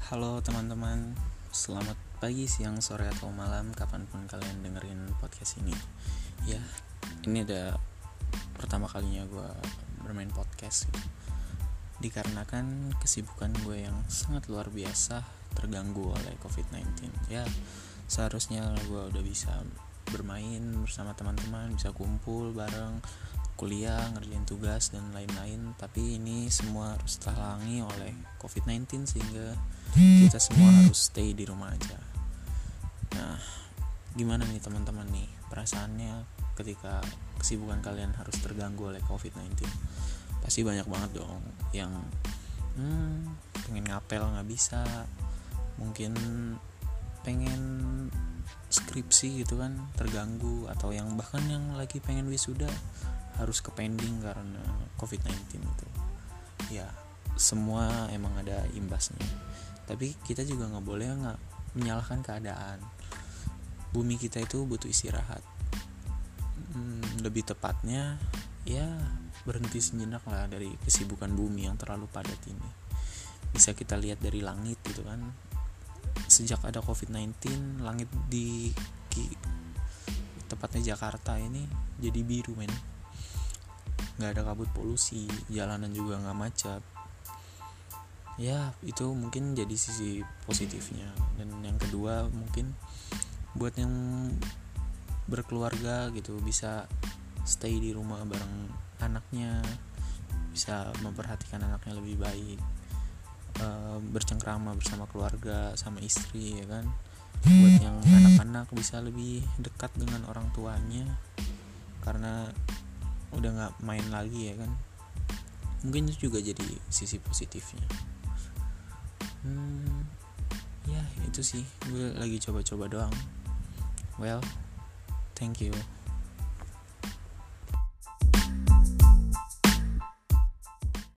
Halo teman-teman, selamat pagi, siang, sore, atau malam, kapanpun kalian dengerin podcast ini. Ya, ini ada pertama kalinya gue bermain podcast gitu. Dikarenakan kesibukan gue yang sangat luar biasa terganggu oleh COVID-19. Ya, seharusnya gue udah bisa bermain bersama teman-teman, bisa kumpul bareng, kuliah, ngerjain tugas, dan lain-lain. Tapi ini semua harus terhalangi oleh COVID-19 sehingga kita semua harus stay di rumah aja. Nah, gimana nih teman-teman nih perasaannya ketika kesibukan kalian harus terganggu oleh COVID-19? Pasti banyak banget dong yang pengen ngapel gak bisa, mungkin pengen skripsi gitu kan terganggu, atau yang bahkan yang lagi pengen wisuda harus ke pending karena COVID-19 itu. Ya, semua emang ada imbasnya. Tapi kita juga gak boleh menyalahkan keadaan. Bumi kita itu butuh istirahat. Lebih tepatnya ya berhenti sejenak lah dari kesibukan bumi yang terlalu padat ini. Bisa kita lihat dari langit gitu kan. Sejak ada COVID-19, langit di tepatnya Jakarta ini jadi biru men. Gak ada kabut polusi, jalanan juga gak macet. Ya itu mungkin jadi sisi positifnya. Dan yang kedua mungkin buat yang berkeluarga gitu, bisa stay di rumah bareng anaknya, bisa memperhatikan anaknya lebih baik, bercengkrama bersama keluarga sama istri ya kan. Buat yang anak-anak bisa lebih dekat dengan orang tuanya karena udah gak main lagi ya kan. Mungkin itu juga jadi sisi positifnya. Ya itu sih, gue lagi coba-coba doang. Well, thank you.